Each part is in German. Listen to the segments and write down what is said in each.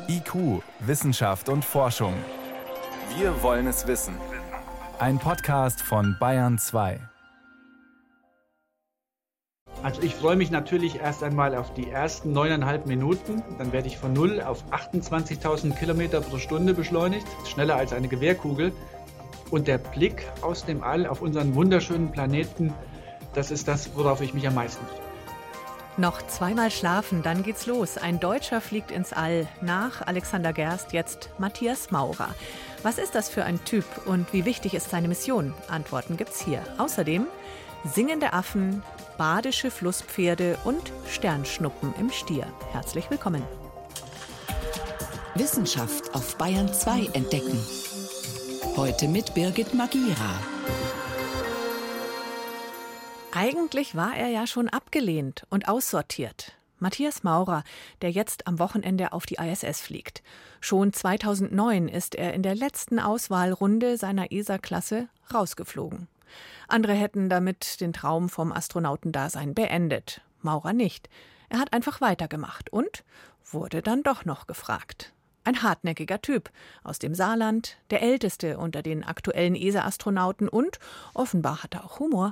IQ, Wissenschaft und Forschung. Wir wollen es wissen. Ein Podcast von Bayern 2. Also ich freue mich natürlich erst einmal auf die ersten 9,5 Minuten. Dann werde ich von 0 auf 28.000 Kilometer pro Stunde beschleunigt. Schneller als eine Gewehrkugel. Und der Blick aus dem All auf unseren wunderschönen Planeten, das ist das, worauf ich mich am meisten freue. Noch zweimal schlafen, dann geht's los. Ein Deutscher fliegt ins All. Nach Alexander Gerst jetzt Matthias Maurer. Was ist das für ein Typ und wie wichtig ist seine Mission? Antworten gibt's hier. Außerdem singende Affen, badische Flusspferde und Sternschnuppen im Stier. Herzlich willkommen. Wissenschaft auf Bayern 2 entdecken. Heute mit Birgit Magira. Eigentlich war er ja schon abgelehnt und aussortiert. Matthias Maurer, der jetzt am Wochenende auf die ISS fliegt. Schon 2009 ist er in der letzten Auswahlrunde seiner ESA-Klasse rausgeflogen. Andere hätten damit den Traum vom Astronautendasein beendet. Maurer nicht. Er hat einfach weitergemacht und wurde dann doch noch gefragt. Ein hartnäckiger Typ aus dem Saarland, der älteste unter den aktuellen ESA-Astronauten und offenbar hat er auch Humor.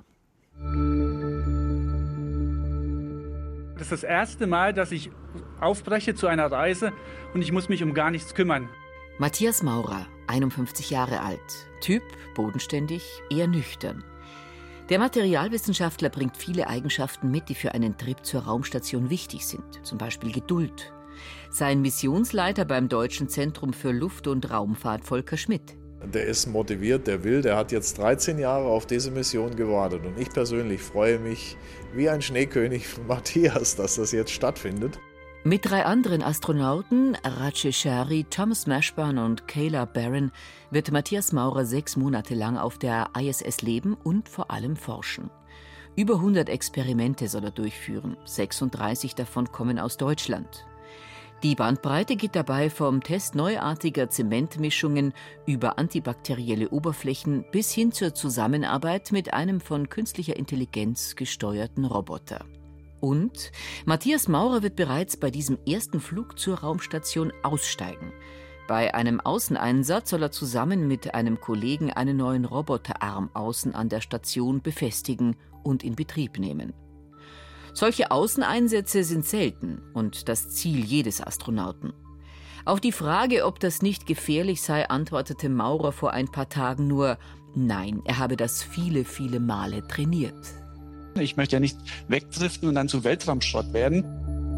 Das ist das erste Mal, dass ich aufbreche zu einer Reise und ich muss mich um gar nichts kümmern. Matthias Maurer, 51 Jahre alt. Typ, bodenständig, eher nüchtern. Der Materialwissenschaftler bringt viele Eigenschaften mit, die für einen Trip zur Raumstation wichtig sind. Zum Beispiel Geduld. Sein Missionsleiter beim Deutschen Zentrum für Luft- und Raumfahrt, Volker Schmidt. Der ist motiviert, der will, der hat jetzt 13 Jahre auf diese Mission gewartet. Und ich persönlich freue mich wie ein Schneekönig von Matthias, dass das jetzt stattfindet. Mit 3 anderen Astronauten, Rajesh Shari, Thomas Mashburn und Kayla Barron, wird Matthias Maurer 6 Monate lang auf der ISS leben und vor allem forschen. Über 100 Experimente soll er durchführen, 36 davon kommen aus Deutschland. Die Bandbreite geht dabei vom Test neuartiger Zementmischungen über antibakterielle Oberflächen bis hin zur Zusammenarbeit mit einem von künstlicher Intelligenz gesteuerten Roboter. Und Matthias Maurer wird bereits bei diesem ersten Flug zur Raumstation aussteigen. Bei einem Außeneinsatz soll er zusammen mit einem Kollegen einen neuen Roboterarm außen an der Station befestigen und in Betrieb nehmen. Solche Außeneinsätze sind selten und das Ziel jedes Astronauten. Auf die Frage, ob das nicht gefährlich sei, antwortete Maurer vor ein paar Tagen nur, nein, er habe das viele, viele Male trainiert. Ich möchte ja nicht wegdriften und dann zu Weltraumschrott werden.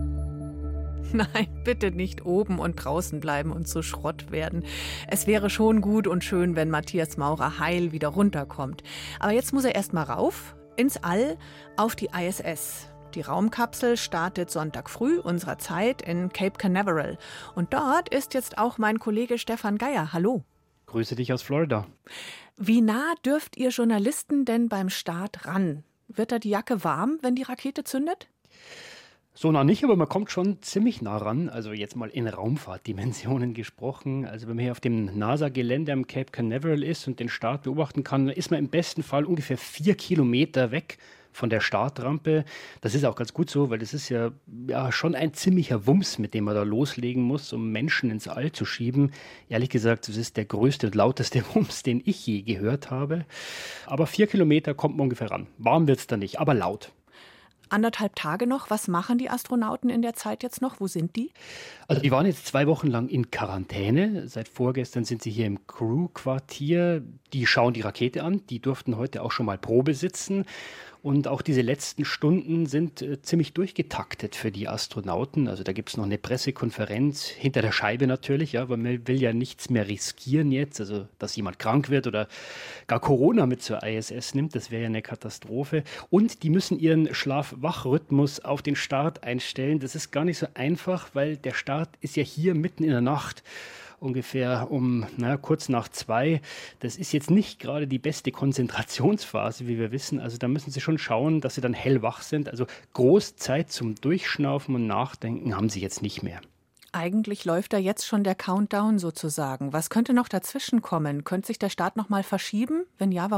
Nein, bitte nicht oben und draußen bleiben und zu Schrott werden. Es wäre schon gut und schön, wenn Matthias Maurer heil wieder runterkommt. Aber jetzt muss er erst mal rauf, ins All, auf die ISS. Die Raumkapsel startet Sonntag früh unserer Zeit in Cape Canaveral. Und dort ist jetzt auch mein Kollege Stefan Geier. Hallo. Grüße dich aus Florida. Wie nah dürft ihr Journalisten denn beim Start ran? Wird da die Jacke warm, wenn die Rakete zündet? So nah nicht, aber man kommt schon ziemlich nah ran. Also jetzt mal in Raumfahrtdimensionen gesprochen. Also wenn man hier auf dem NASA-Gelände am Cape Canaveral ist und den Start beobachten kann, dann ist man im besten Fall ungefähr 4 Kilometer weg von der Startrampe. Das ist auch ganz gut so, weil das ist ja schon ein ziemlicher Wumms, mit dem man da loslegen muss, um Menschen ins All zu schieben. Ehrlich gesagt, das ist der größte und lauteste Wumms, den ich je gehört habe. Aber 4 Kilometer kommt man ungefähr ran. Warm wird es da nicht, aber laut. 1,5 Tage noch. Was machen die Astronauten in der Zeit jetzt noch? Wo sind die? Also die waren jetzt 2 Wochen lang in Quarantäne. Seit vorgestern sind sie hier im Crew-Quartier. Die schauen die Rakete an. Die durften heute auch schon mal Probe sitzen. Und auch diese letzten Stunden sind ziemlich durchgetaktet für die Astronauten. Also da gibt es noch eine Pressekonferenz hinter der Scheibe natürlich, ja, weil man will ja nichts mehr riskieren jetzt. Also dass jemand krank wird oder gar Corona mit zur ISS nimmt, das wäre ja eine Katastrophe. Und die müssen ihren Schlaf-Wach-Rhythmus auf den Start einstellen. Das ist gar nicht so einfach, weil der Start ist ja hier mitten in der Nacht. Ungefähr kurz nach 2. Das ist jetzt nicht gerade die beste Konzentrationsphase, wie wir wissen. Also da müssen sie schon schauen, dass sie dann hellwach sind. Also groß Zeit zum Durchschnaufen und Nachdenken haben sie jetzt nicht mehr. Eigentlich läuft da jetzt schon der Countdown sozusagen. Was könnte noch dazwischen kommen? Könnte sich der Start noch mal verschieben? Wenn ja, warum?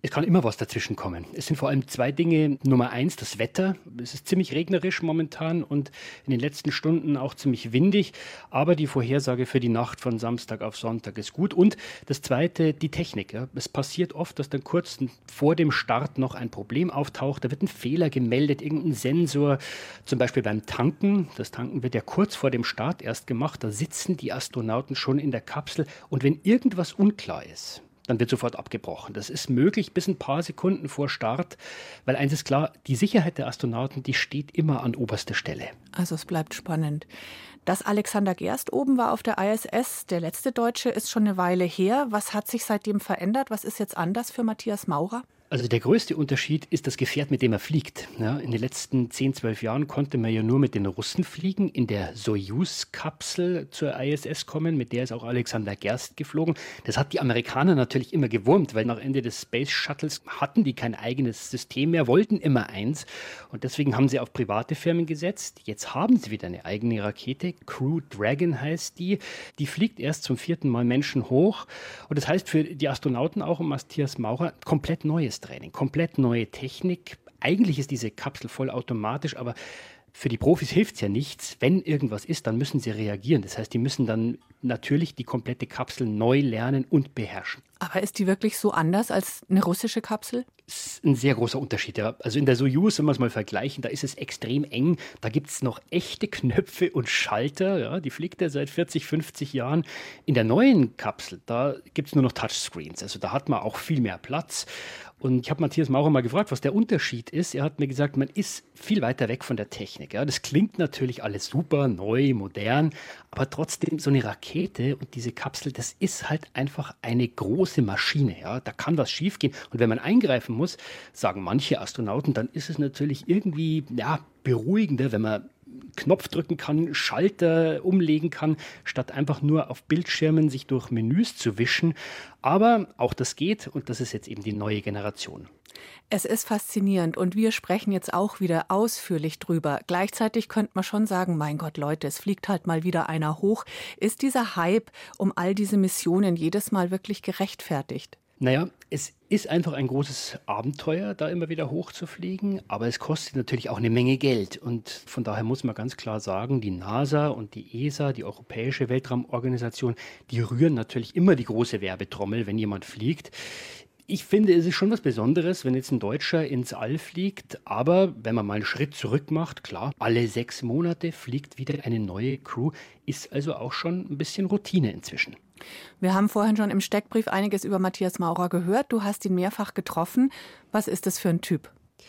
Es kann immer was dazwischen kommen. Es sind vor allem zwei Dinge. Nummer eins, das Wetter. Es ist ziemlich regnerisch momentan und in den letzten Stunden auch ziemlich windig. Aber die Vorhersage für die Nacht von Samstag auf Sonntag ist gut. Und das zweite, die Technik. Ja. Es passiert oft, dass dann kurz vor dem Start noch ein Problem auftaucht. Da wird ein Fehler gemeldet, irgendein Sensor. Zum Beispiel beim Tanken. Das Tanken wird ja kurz vor dem Start erst gemacht. Da sitzen die Astronauten schon in der Kapsel. Und wenn irgendwas unklar ist, dann wird sofort abgebrochen. Das ist möglich bis ein paar Sekunden vor Start, weil eins ist klar, die Sicherheit der Astronauten, die steht immer an oberster Stelle. Also es bleibt spannend. Dass Alexander Gerst oben war auf der ISS, der letzte Deutsche, ist schon eine Weile her. Was hat sich seitdem verändert? Was ist jetzt anders für Matthias Maurer? Also der größte Unterschied ist das Gefährt, mit dem er fliegt. Ja, in den letzten 10, 12 Jahren konnte man ja nur mit den Russen fliegen, in der Soyuz-Kapsel zur ISS kommen, mit der ist auch Alexander Gerst geflogen. Das hat die Amerikaner natürlich immer gewurmt, weil nach Ende des Space Shuttles hatten die kein eigenes System mehr, wollten immer eins. Und deswegen haben sie auf private Firmen gesetzt. Jetzt haben sie wieder eine eigene Rakete, Crew Dragon heißt die. Die fliegt erst zum 4. Mal Menschen hoch. Und das heißt für die Astronauten auch und Matthias Maurer komplett neues Training, komplett neue Technik. Eigentlich ist diese Kapsel vollautomatisch, aber für die Profis hilft es ja nichts. Wenn irgendwas ist, dann müssen sie reagieren. Das heißt, die müssen dann natürlich die komplette Kapsel neu lernen und beherrschen. Aber ist die wirklich so anders als eine russische Kapsel? Das ist ein sehr großer Unterschied. Ja. Also in der Soyuz, wenn wir es mal vergleichen, da ist es extrem eng. Da gibt es noch echte Knöpfe und Schalter. Ja. Die fliegt ja seit 40, 50 Jahren. In der neuen Kapsel, da gibt es nur noch Touchscreens. Also da hat man auch viel mehr Platz. Und ich habe Matthias Maurer mal gefragt, was der Unterschied ist. Er hat mir gesagt, man ist viel weiter weg von der Technik. Ja. Das klingt natürlich alles super, neu, modern, aber trotzdem so eine Rakete und diese Kapsel, das ist halt einfach eine große Maschine. Ja. Da kann was schiefgehen. Und wenn man eingreifen muss, sagen manche Astronauten, dann ist es natürlich irgendwie beruhigender, wenn man Knopf drücken kann, Schalter umlegen kann, statt einfach nur auf Bildschirmen sich durch Menüs zu wischen. Aber auch das geht und das ist jetzt eben die neue Generation. Es ist faszinierend und wir sprechen jetzt auch wieder ausführlich drüber. Gleichzeitig könnte man schon sagen, mein Gott, Leute, es fliegt halt mal wieder einer hoch. Ist dieser Hype um all diese Missionen jedes Mal wirklich gerechtfertigt? Naja, es ist einfach ein großes Abenteuer, da immer wieder hochzufliegen, aber es kostet natürlich auch eine Menge Geld. Und von daher muss man ganz klar sagen, die NASA und die ESA, die Europäische Weltraumorganisation, die rühren natürlich immer die große Werbetrommel, wenn jemand fliegt. Ich finde, es ist schon was Besonderes, wenn jetzt ein Deutscher ins All fliegt, aber wenn man mal einen Schritt zurück macht, klar, alle 6 Monate fliegt wieder eine neue Crew, ist also auch schon ein bisschen Routine inzwischen. Wir haben vorhin schon im Steckbrief einiges über Matthias Maurer gehört. Du hast ihn mehrfach getroffen. Was ist das für ein Typ?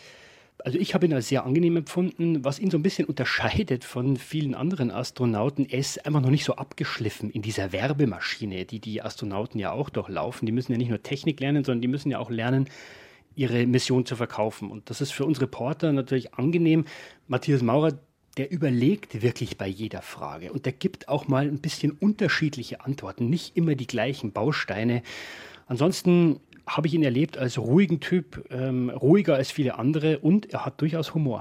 Also ich habe ihn als sehr angenehm empfunden, was ihn so ein bisschen unterscheidet von vielen anderen Astronauten. Er ist einfach noch nicht so abgeschliffen in dieser Werbemaschine, die Astronauten ja auch durchlaufen. Die müssen ja nicht nur Technik lernen, sondern die müssen ja auch lernen, ihre Mission zu verkaufen. Und das ist für uns Reporter natürlich angenehm. Matthias Maurer, der überlegt wirklich bei jeder Frage und der gibt auch mal ein bisschen unterschiedliche Antworten, nicht immer die gleichen Bausteine. Ansonsten habe ich ihn erlebt als ruhigen Typ, ruhiger als viele andere und er hat durchaus Humor.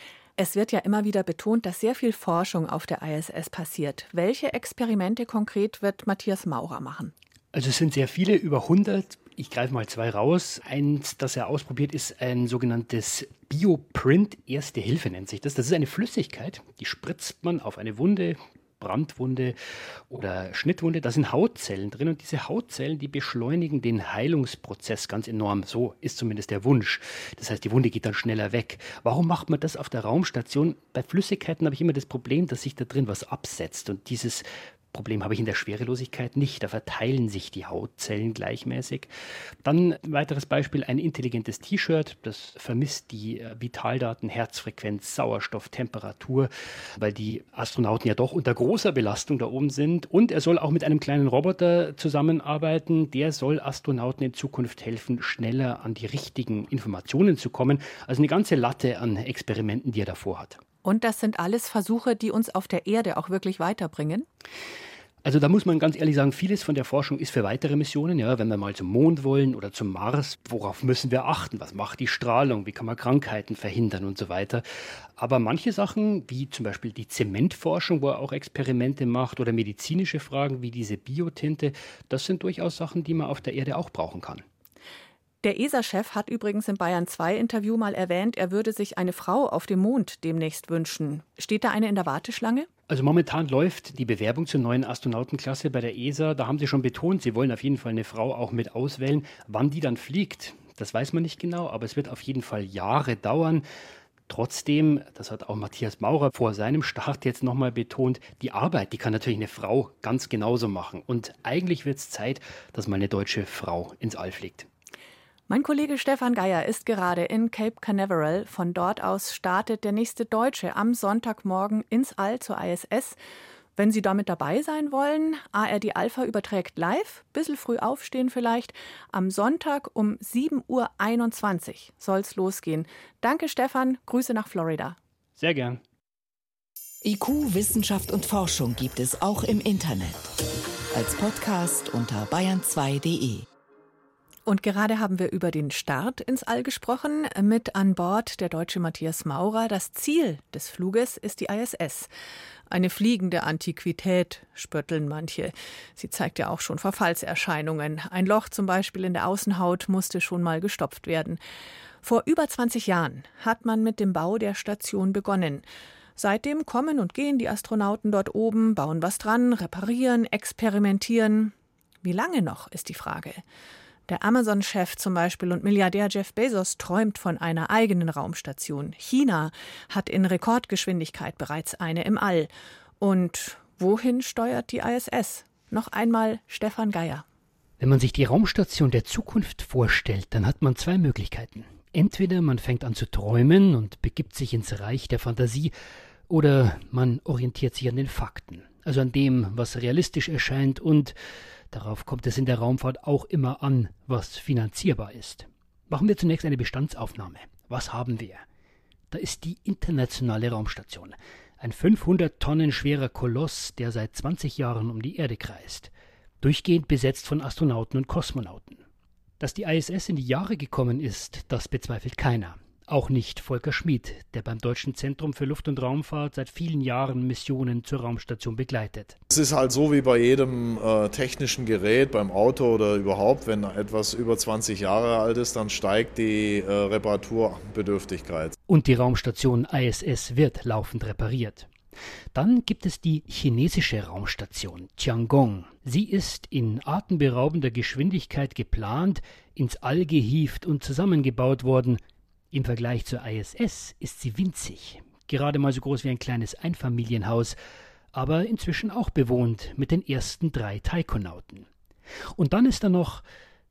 Es wird ja immer wieder betont, dass sehr viel Forschung auf der ISS passiert. Welche Experimente konkret wird Matthias Maurer machen? Also es sind sehr viele, über 100. Ich greife mal 2 raus. Eins, das er ausprobiert, ist ein sogenanntes Bioprint Erste Hilfe nennt sich das. Das ist eine Flüssigkeit, die spritzt man auf eine Wunde, Brandwunde oder Schnittwunde, da sind Hautzellen drin und diese Hautzellen, die beschleunigen den Heilungsprozess ganz enorm. So ist zumindest der Wunsch. Das heißt, die Wunde geht dann schneller weg. Warum macht man das auf der Raumstation? Bei Flüssigkeiten habe ich immer das Problem, dass sich da drin was absetzt und dieses Problem habe ich in der Schwerelosigkeit nicht. Da verteilen sich die Hautzellen gleichmäßig. Dann ein weiteres Beispiel, ein intelligentes T-Shirt. Das vermisst die Vitaldaten, Herzfrequenz, Sauerstoff, Temperatur, weil die Astronauten ja doch unter großer Belastung da oben sind. Und er soll auch mit einem kleinen Roboter zusammenarbeiten. Der soll Astronauten in Zukunft helfen, schneller an die richtigen Informationen zu kommen. Also eine ganze Latte an Experimenten, die er davor hat. Und das sind alles Versuche, die uns auf der Erde auch wirklich weiterbringen? Also da muss man ganz ehrlich sagen, vieles von der Forschung ist für weitere Missionen. Ja, wenn wir mal zum Mond wollen oder zum Mars, worauf müssen wir achten? Was macht die Strahlung? Wie kann man Krankheiten verhindern und so weiter? Aber manche Sachen, wie zum Beispiel die Zementforschung, wo er auch Experimente macht, oder medizinische Fragen wie diese Biotinte, das sind durchaus Sachen, die man auf der Erde auch brauchen kann. Der ESA-Chef hat übrigens im Bayern-2-Interview mal erwähnt, er würde sich eine Frau auf dem Mond demnächst wünschen. Steht da eine in der Warteschlange? Also momentan läuft die Bewerbung zur neuen Astronautenklasse bei der ESA. Da haben sie schon betont, sie wollen auf jeden Fall eine Frau auch mit auswählen. Wann die dann fliegt, das weiß man nicht genau, aber es wird auf jeden Fall Jahre dauern. Trotzdem, das hat auch Matthias Maurer vor seinem Start jetzt nochmal betont, die Arbeit, die kann natürlich eine Frau ganz genauso machen. Und eigentlich wird es Zeit, dass mal eine deutsche Frau ins All fliegt. Mein Kollege Stefan Geier ist gerade in Cape Canaveral. Von dort aus startet der nächste Deutsche am Sonntagmorgen ins All zur ISS. Wenn Sie damit dabei sein wollen, ARD Alpha überträgt live, bisschen früh aufstehen vielleicht. Am Sonntag um 7:21 Uhr soll es losgehen. Danke Stefan, Grüße nach Florida. Sehr gern. IQ, Wissenschaft und Forschung gibt es auch im Internet. Als Podcast unter bayern2.de. Und gerade haben wir über den Start ins All gesprochen. Mit an Bord der Deutsche Matthias Maurer. Das Ziel des Fluges ist die ISS. Eine fliegende Antiquität, spötteln manche. Sie zeigt ja auch schon Verfallserscheinungen. Ein Loch zum Beispiel in der Außenhaut musste schon mal gestopft werden. Vor über 20 Jahren hat man mit dem Bau der Station begonnen. Seitdem kommen und gehen die Astronauten dort oben, bauen was dran, reparieren, experimentieren. Wie lange noch, ist die Frage. Der Amazon-Chef zum Beispiel und Milliardär Jeff Bezos träumt von einer eigenen Raumstation. China hat in Rekordgeschwindigkeit bereits eine im All. Und wohin steuert die ISS? Noch einmal Stefan Geier. Wenn man sich die Raumstation der Zukunft vorstellt, dann hat man zwei Möglichkeiten. Entweder man fängt an zu träumen und begibt sich ins Reich der Fantasie, oder man orientiert sich an den Fakten, also an dem, was realistisch erscheint und darauf kommt es in der Raumfahrt auch immer an, was finanzierbar ist. Machen wir zunächst eine Bestandsaufnahme. Was haben wir? Da ist die internationale Raumstation. Ein 500 Tonnen schwerer Koloss, der seit 20 Jahren um die Erde kreist. Durchgehend besetzt von Astronauten und Kosmonauten. Dass die ISS in die Jahre gekommen ist, das bezweifelt keiner. Auch nicht Volker Schmid, der beim Deutschen Zentrum für Luft- und Raumfahrt seit vielen Jahren Missionen zur Raumstation begleitet. Es ist halt so wie bei jedem technischen Gerät, beim Auto oder überhaupt, wenn etwas über 20 Jahre alt ist, dann steigt die Reparaturbedürftigkeit. Und die Raumstation ISS wird laufend repariert. Dann gibt es die chinesische Raumstation Tiangong. Sie ist in atemberaubender Geschwindigkeit geplant, ins All gehievt und zusammengebaut worden. Im Vergleich zur ISS ist sie winzig, gerade mal so groß wie ein kleines Einfamilienhaus, aber inzwischen auch bewohnt mit den ersten 3 Taikonauten. Und dann ist da noch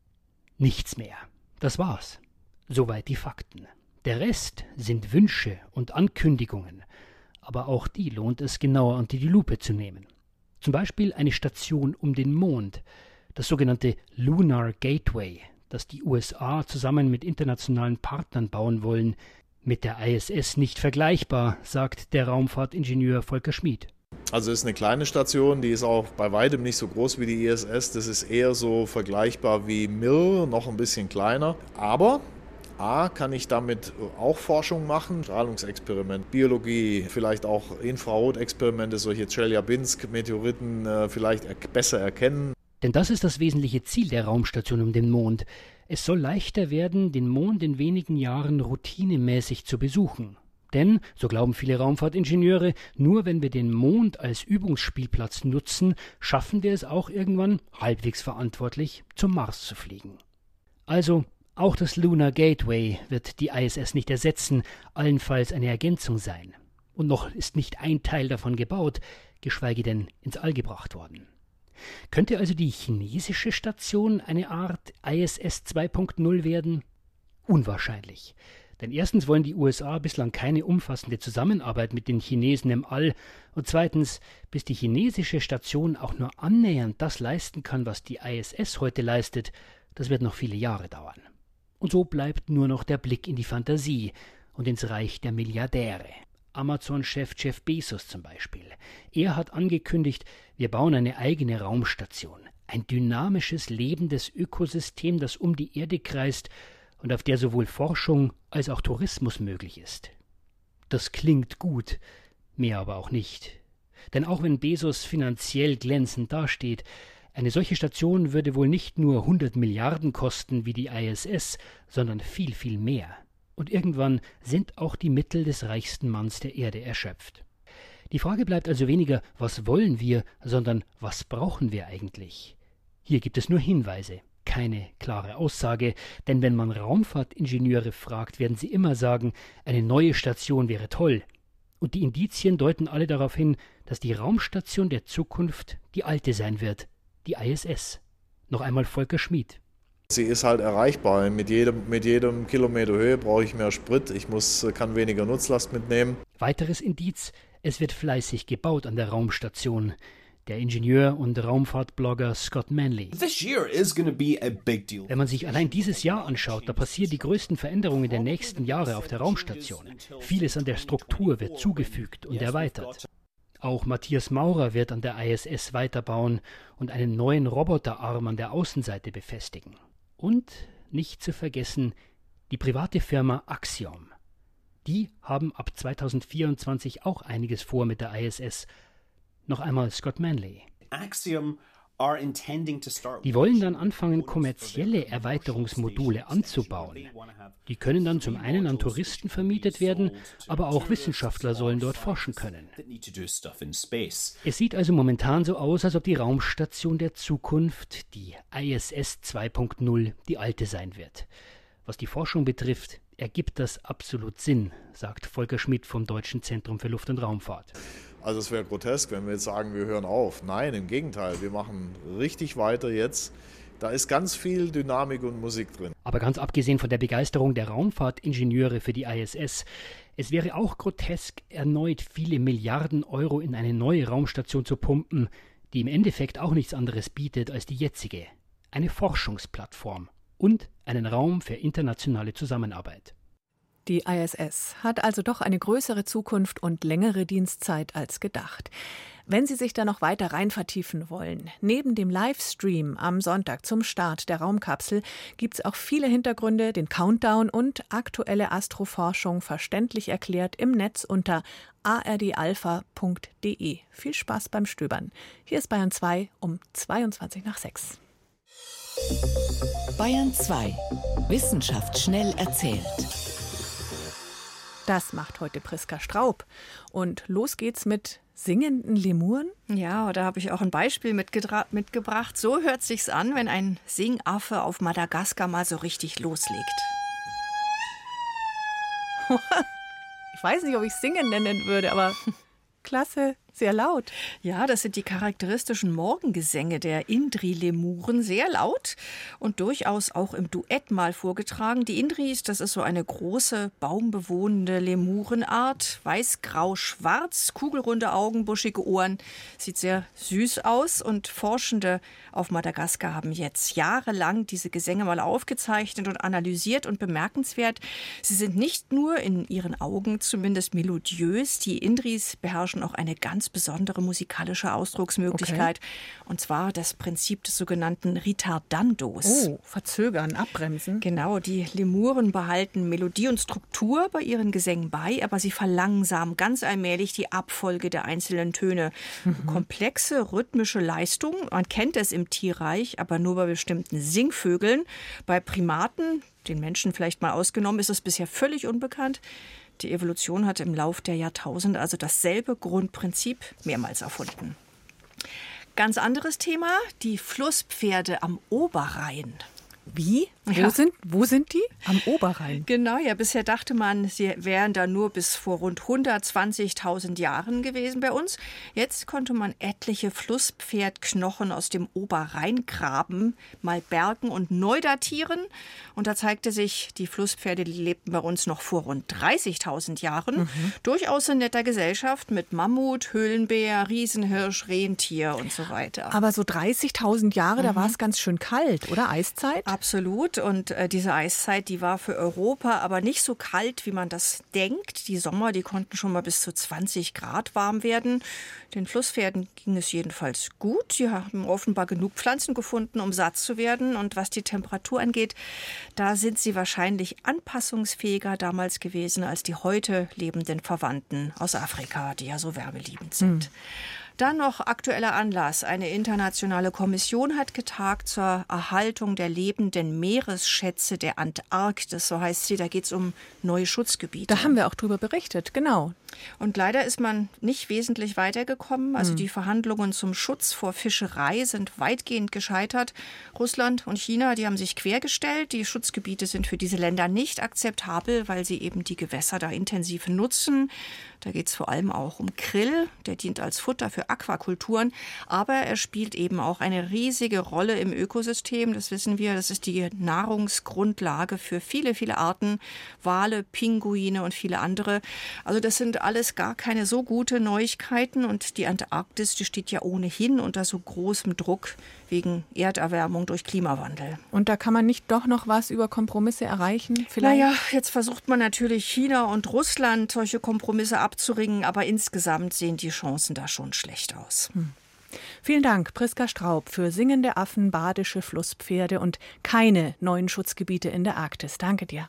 nichts mehr. Das war's. Soweit die Fakten. Der Rest sind Wünsche und Ankündigungen, aber auch die lohnt es genauer unter die Lupe zu nehmen. Zum Beispiel eine Station um den Mond, das sogenannte Lunar Gateway, das die USA zusammen mit internationalen Partnern bauen wollen. Mit der ISS nicht vergleichbar, sagt der Raumfahrtingenieur Volker Schmid. Also es ist eine kleine Station, die ist auch bei weitem nicht so groß wie die ISS. Das ist eher so vergleichbar wie Mir, noch ein bisschen kleiner. Aber kann ich damit auch Forschung machen, Strahlungsexperiment, Biologie, vielleicht auch Infrarotexperimente, solche Chelyabinsk-Meteoriten vielleicht besser erkennen. Denn das ist das wesentliche Ziel der Raumstation um den Mond. Es soll leichter werden, den Mond in wenigen Jahren routinemäßig zu besuchen. Denn, so glauben viele Raumfahrtingenieure, nur wenn wir den Mond als Übungsspielplatz nutzen, schaffen wir es auch irgendwann, halbwegs verantwortlich, zum Mars zu fliegen. Also, auch das Lunar Gateway wird die ISS nicht ersetzen, allenfalls eine Ergänzung sein. Und noch ist nicht ein Teil davon gebaut, geschweige denn ins All gebracht worden. Könnte also die chinesische Station eine Art ISS 2.0 werden? Unwahrscheinlich. Denn erstens wollen die USA bislang keine umfassende Zusammenarbeit mit den Chinesen im All und zweitens, bis die chinesische Station auch nur annähernd das leisten kann, was die ISS heute leistet, das wird noch viele Jahre dauern. Und so bleibt nur noch der Blick in die Fantasie und ins Reich der Milliardäre. Amazon-Chef Jeff Bezos zum Beispiel. Er hat angekündigt, wir bauen eine eigene Raumstation. Ein dynamisches, lebendes Ökosystem, das um die Erde kreist und auf der sowohl Forschung als auch Tourismus möglich ist. Das klingt gut, mehr aber auch nicht. Denn auch wenn Bezos finanziell glänzend dasteht, Eine solche Station würde wohl nicht nur 100 Milliarden kosten wie die ISS, sondern viel, viel mehr. Und irgendwann sind auch die Mittel des reichsten Manns der Erde erschöpft. Die Frage bleibt also weniger, was wollen wir, sondern was brauchen wir eigentlich? Hier gibt es nur Hinweise, keine klare Aussage, denn wenn man Raumfahrtingenieure fragt, werden sie immer sagen, eine neue Station wäre toll. Und die Indizien deuten alle darauf hin, dass die Raumstation der Zukunft die alte sein wird, die ISS. Noch einmal Volker Schmid. Sie ist halt erreichbar. Mit jedem Kilometer Höhe brauche ich mehr Sprit. Kann weniger Nutzlast mitnehmen. Weiteres Indiz: Es wird fleißig gebaut an der Raumstation. Der Ingenieur und Raumfahrtblogger Scott Manley. Wenn man sich allein dieses Jahr anschaut, da passieren die größten Veränderungen der nächsten Jahre auf der Raumstation. Vieles an der Struktur wird zugefügt und erweitert. Auch Matthias Maurer wird an der ISS weiterbauen und einen neuen Roboterarm an der Außenseite befestigen. Und, nicht zu vergessen, die private Firma Axiom. Die haben ab 2024 auch einiges vor mit der ISS. Noch einmal Scott Manley. Die wollen dann anfangen, kommerzielle Erweiterungsmodule anzubauen. Die können dann zum einen an Touristen vermietet werden, aber auch Wissenschaftler sollen dort forschen können. Es sieht also momentan so aus, als ob die Raumstation der Zukunft, die ISS 2.0, die alte sein wird. Was die Forschung betrifft, ergibt das absolut Sinn, sagt Volker Schmid vom Deutschen Zentrum für Luft- und Raumfahrt. Also es wäre grotesk, wenn wir jetzt sagen, wir hören auf. Nein, im Gegenteil, wir machen richtig weiter jetzt. Da ist ganz viel Dynamik und Musik drin. Aber ganz abgesehen von der Begeisterung der Raumfahrtingenieure für die ISS, es wäre auch grotesk, erneut viele Milliarden Euro in eine neue Raumstation zu pumpen, die im Endeffekt auch nichts anderes bietet als die jetzige. Eine Forschungsplattform und einen Raum für internationale Zusammenarbeit. Die ISS hat also doch eine größere Zukunft und längere Dienstzeit als gedacht. Wenn Sie sich da noch weiter rein vertiefen wollen, neben dem Livestream am Sonntag zum Start der Raumkapsel gibt es auch viele Hintergründe, den Countdown und aktuelle Astroforschung verständlich erklärt im Netz unter ardalpha.de. Viel Spaß beim Stöbern. Hier ist Bayern 2 um 6:22. Bayern 2. Wissenschaft schnell erzählt. Das macht heute Priska Straub. Und los geht's mit singenden Lemuren? Ja, da habe ich auch ein Beispiel mitgebracht. So hört sich's an, wenn ein Singaffe auf Madagaskar mal so richtig loslegt. Ich weiß nicht, ob ich singen nennen würde, aber klasse, sehr laut. Ja, das sind die charakteristischen Morgengesänge der Indri-Lemuren, sehr laut und durchaus auch im Duett mal vorgetragen. Die Indris, das ist so eine große, baumbewohnende Lemurenart, weiß-grau-schwarz, kugelrunde Augen, buschige Ohren, sieht sehr süß aus und Forschende auf Madagaskar haben jetzt jahrelang diese Gesänge mal aufgezeichnet und analysiert und bemerkenswert, sie sind nicht nur in ihren Augen zumindest melodiös, die Indris beherrschen auch eine ganz besondere musikalische Ausdrucksmöglichkeit. Okay. Und zwar das Prinzip des sogenannten Ritardandos. Oh, verzögern, abbremsen. Genau, die Lemuren behalten Melodie und Struktur bei ihren Gesängen bei, aber sie verlangsamen ganz allmählich die Abfolge der einzelnen Töne. Komplexe rhythmische Leistung, man kennt es im Tierreich, aber nur bei bestimmten Singvögeln. Bei Primaten, den Menschen vielleicht mal ausgenommen, ist es bisher völlig unbekannt. Die Evolution hat im Lauf der Jahrtausende also dasselbe Grundprinzip mehrmals erfunden. Ganz anderes Thema, die Flusspferde am Oberrhein. Wie? Ja. Wo sind die? Am Oberrhein. Genau, ja, bisher dachte man, sie wären da nur bis vor rund 120.000 Jahren gewesen bei uns. Jetzt konnte man etliche Flusspferdknochen aus dem Oberrheingraben mal bergen und neu datieren. Und da zeigte sich, die Flusspferde die lebten bei uns noch vor rund 30.000 Jahren. Durchaus in netter Gesellschaft mit Mammut, Höhlenbär, Riesenhirsch, Rentier und so weiter. Aber so 30.000 Jahre, da war es ganz schön kalt, oder? Eiszeit? Absolut. Und diese Eiszeit, die war für Europa aber nicht so kalt, wie man das denkt. Die Sommer, die konnten schon mal bis zu 20 Grad warm werden. Den Flusspferden ging es jedenfalls gut. Sie haben offenbar genug Pflanzen gefunden, um satt zu werden. Und was die Temperatur angeht, da sind sie wahrscheinlich anpassungsfähiger damals gewesen als die heute lebenden Verwandten aus Afrika, die ja so wärmeliebend sind. Dann noch aktueller Anlass. Eine internationale Kommission hat getagt zur Erhaltung der lebenden Meeresschätze der Antarktis, so heißt sie. Da geht es um neue Schutzgebiete. Da haben wir auch drüber berichtet, genau. Und leider ist man nicht wesentlich weitergekommen. Also die Verhandlungen zum Schutz vor Fischerei sind weitgehend gescheitert. Russland und China, die haben sich quergestellt. Die Schutzgebiete sind für diese Länder nicht akzeptabel, weil sie eben die Gewässer da intensiv nutzen. Da geht es vor allem auch um Krill, der dient als Futter für Aquakulturen, aber er spielt eben auch eine riesige Rolle im Ökosystem, das wissen wir, das ist die Nahrungsgrundlage für viele, viele Arten, Wale, Pinguine und viele andere. Also das sind alles gar keine so gute Neuigkeiten und die Antarktis, die steht ja ohnehin unter so großem Druck wegen Erderwärmung durch Klimawandel. Und da kann man nicht doch noch was über Kompromisse erreichen? Vielleicht? Naja, jetzt versucht man natürlich China und Russland solche Kompromisse abzuringen, aber insgesamt sehen die Chancen da schon schlecht aus. Vielen Dank, Priska Straub, für singende Affen, badische Flusspferde und keine neuen Schutzgebiete in der Arktis. Danke dir.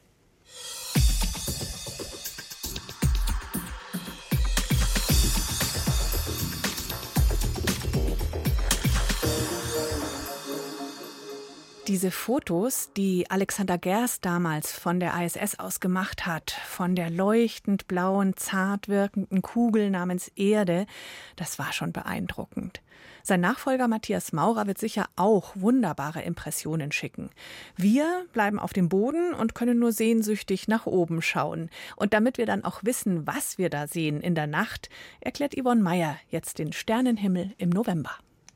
Diese Fotos, die Alexander Gerst damals von der ISS aus gemacht hat, von der leuchtend blauen, zart wirkenden Kugel namens Erde, das war schon beeindruckend. Sein Nachfolger Matthias Maurer wird sicher auch wunderbare Impressionen schicken. Wir bleiben auf dem Boden und können nur sehnsüchtig nach oben schauen. Und damit wir dann auch wissen, was wir da sehen in der Nacht, erklärt Yvonne Meyer jetzt den Sternenhimmel im November.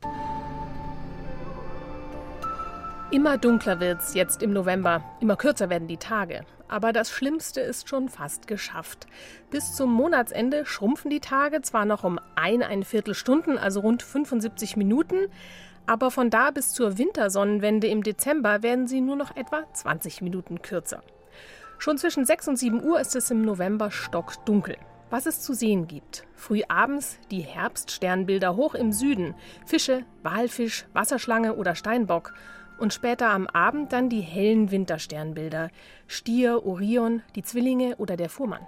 Immer dunkler wird's jetzt im November, immer kürzer werden die Tage. Aber das Schlimmste ist schon fast geschafft. Bis zum Monatsende schrumpfen die Tage zwar noch um 1,25 Stunden, also rund 75 Minuten, aber von da bis zur Wintersonnenwende im Dezember werden sie nur noch etwa 20 Minuten kürzer. Schon zwischen 6 und 7 Uhr ist es im November stockdunkel. Was es zu sehen gibt. Früh abends die Herbststernbilder hoch im Süden, Fische, Walfisch, Wasserschlange oder Steinbock. Und später am Abend dann die hellen Wintersternbilder, Stier, Orion, die Zwillinge oder der Fuhrmann.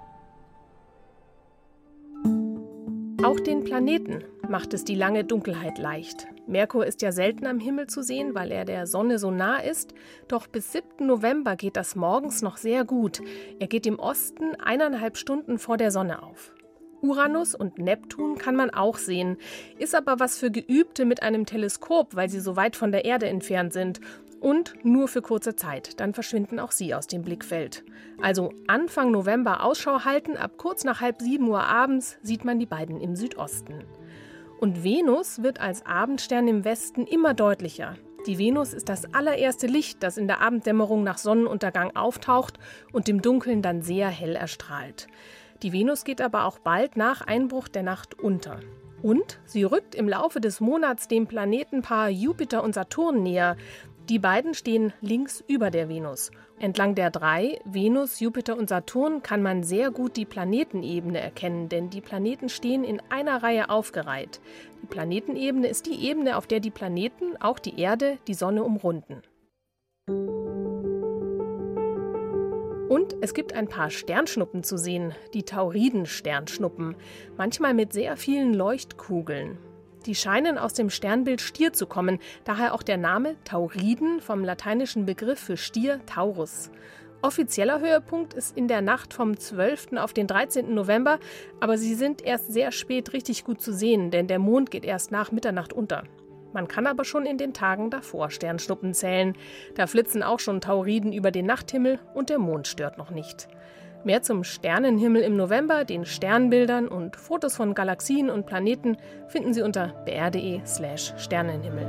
Auch den Planeten macht es die lange Dunkelheit leicht. Merkur ist ja selten am Himmel zu sehen, weil er der Sonne so nah ist. Doch bis 7. November geht das morgens noch sehr gut. Er geht im Osten 1,5 Stunden vor der Sonne auf. Uranus und Neptun kann man auch sehen, ist aber was für Geübte mit einem Teleskop, weil sie so weit von der Erde entfernt sind. Und nur für kurze Zeit, dann verschwinden auch sie aus dem Blickfeld. Also Anfang November Ausschau halten, ab kurz nach 6:30 Uhr abends sieht man die beiden im Südosten. Und Venus wird als Abendstern im Westen immer deutlicher. Die Venus ist das allererste Licht, das in der Abenddämmerung nach Sonnenuntergang auftaucht und im Dunkeln dann sehr hell erstrahlt. Die Venus geht aber auch bald nach Einbruch der Nacht unter. Und sie rückt im Laufe des Monats dem Planetenpaar Jupiter und Saturn näher. Die beiden stehen links über der Venus. Entlang der 3, Venus, Jupiter und Saturn, kann man sehr gut die Planetenebene erkennen, denn die Planeten stehen in einer Reihe aufgereiht. Die Planetenebene ist die Ebene, auf der die Planeten, auch die Erde, die Sonne umrunden. Und es gibt ein paar Sternschnuppen zu sehen, die Tauriden-Sternschnuppen, manchmal mit sehr vielen Leuchtkugeln. Die scheinen aus dem Sternbild Stier zu kommen, daher auch der Name Tauriden vom lateinischen Begriff für Stier Taurus. Offizieller Höhepunkt ist in der Nacht vom 12. auf den 13. November, aber sie sind erst sehr spät richtig gut zu sehen, denn der Mond geht erst nach Mitternacht unter. Man kann aber schon in den Tagen davor Sternschnuppen zählen. Da flitzen auch schon Tauriden über den Nachthimmel und der Mond stört noch nicht. Mehr zum Sternenhimmel im November, den Sternbildern und Fotos von Galaxien und Planeten finden Sie unter br.de/Sternenhimmel.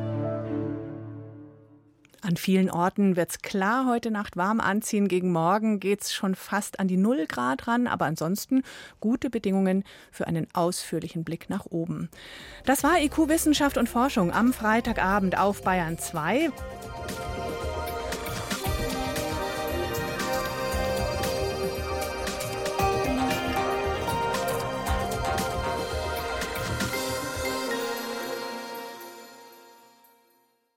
An vielen Orten wird's klar heute Nacht warm anziehen. Gegen morgen geht's schon fast an die 0 Grad ran, aber ansonsten gute Bedingungen für einen ausführlichen Blick nach oben. Das war IQ Wissenschaft und Forschung am Freitagabend auf Bayern 2.